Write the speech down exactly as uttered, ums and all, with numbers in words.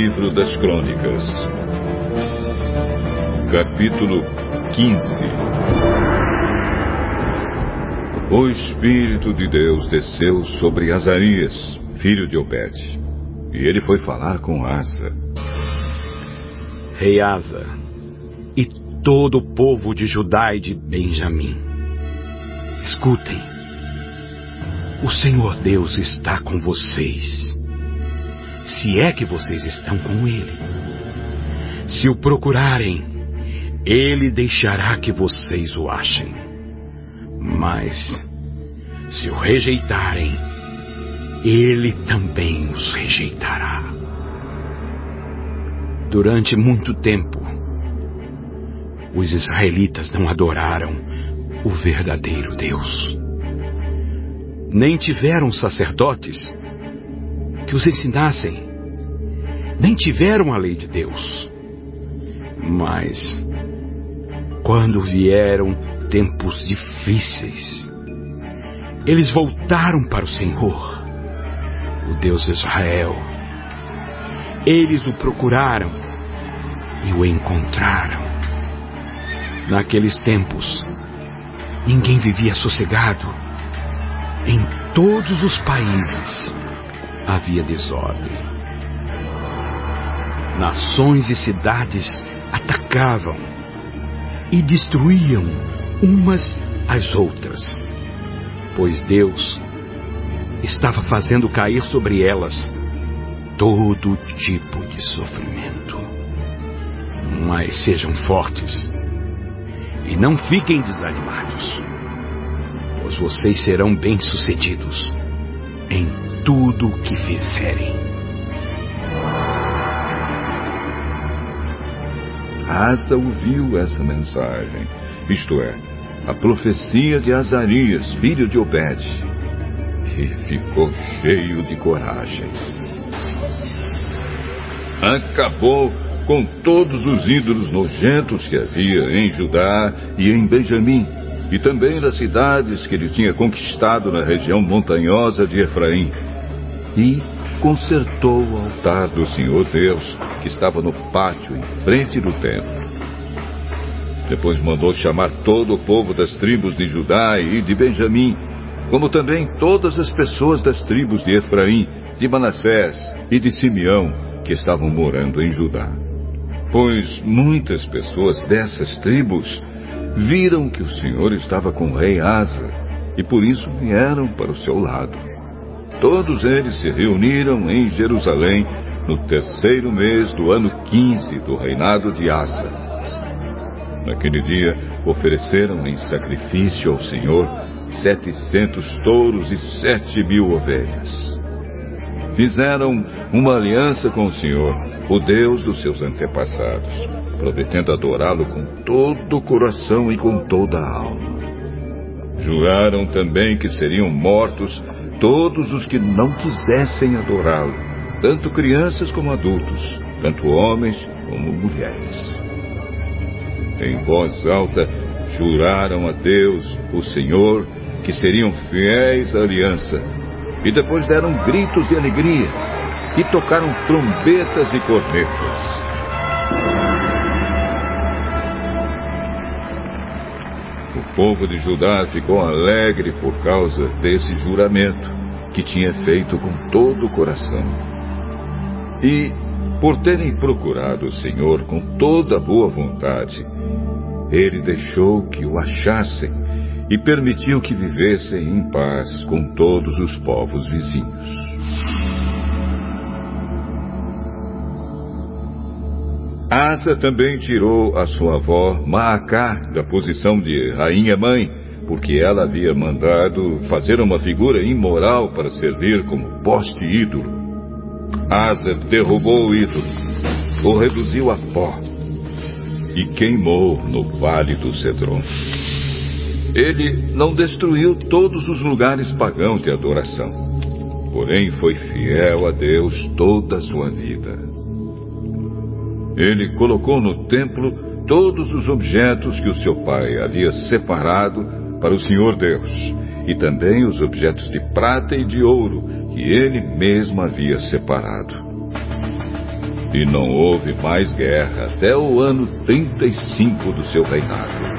livro das Crônicas, capítulo quinze. O Espírito de Deus desceu sobre Azarias, filho de Obed, e ele foi falar com Asa. Rei Asa, e todo o povo de Judá e de Benjamim, escutem. O Senhor Deus está com vocês, se é que vocês estão com Ele. Se o procurarem, Ele deixará que vocês o achem. Mas, se o rejeitarem, Ele também os rejeitará. Durante muito tempo, os israelitas não adoraram o verdadeiro Deus. Nem tiveram sacerdotes que os ensinassem, nem tiveram a lei de Deus. Mas, quando vieram tempos difíceis, eles voltaram para o Senhor, o Deus de Israel. Eles o procuraram e o encontraram. Naqueles tempos, ninguém vivia sossegado. Em todos os países havia desordem. Nações e cidades atacavam e destruíam umas às outras, pois Deus estava fazendo cair sobre elas todo tipo de sofrimento. Mas sejam fortes e não fiquem desanimados, pois vocês serão bem-sucedidos em tudo o que fizerem. Asa ouviu essa mensagem, isto é, a profecia de Azarias, filho de Obed, e ficou cheio de coragem. Acabou com todos os ídolos nojentos que havia em Judá e em Benjamim, e também nas cidades que ele tinha conquistado na região montanhosa de Efraim, e consertou o altar do Senhor Deus, que estava no pátio em frente do templo. Depois mandou chamar todo o povo das tribos de Judá e de Benjamim, como também todas as pessoas das tribos de Efraim, de Manassés e de Simeão, que estavam morando em Judá. Pois muitas pessoas dessas tribos viram que o Senhor estava com o rei Asa, e por isso vieram para o seu lado. Todos eles se reuniram em Jerusalém no terceiro mês do ano quinze do reinado de Asa. Naquele dia ofereceram em sacrifício ao Senhor setecentos touros e sete mil ovelhas. Fizeram uma aliança com o Senhor, o Deus dos seus antepassados, prometendo adorá-lo com todo o coração e com toda a alma. Juraram também que seriam mortos todos os que não quisessem adorá-lo, tanto crianças como adultos, tanto homens como mulheres. Em voz alta, juraram a Deus, o Senhor, que seriam fiéis à aliança, e depois deram gritos de alegria e tocaram trombetas e cornetas. O povo de Judá ficou alegre por causa desse juramento que tinha feito com todo o coração. E, por terem procurado o Senhor com toda a boa vontade, Ele deixou que o achassem e permitiu que vivessem em paz com todos os povos vizinhos. Asa também tirou a sua avó Maacá da posição de rainha-mãe, porque ela havia mandado fazer uma figura imoral para servir como poste ídolo. Asa derrubou o ídolo, o reduziu a pó e queimou no vale do Cedron. Ele não destruiu todos os lugares pagãos de adoração, porém foi fiel a Deus toda a sua vida. Ele colocou no templo todos os objetos que o seu pai havia separado para o Senhor Deus, e também os objetos de prata e de ouro que ele mesmo havia separado. E não houve mais guerra até o ano trinta e cinco do seu reinado.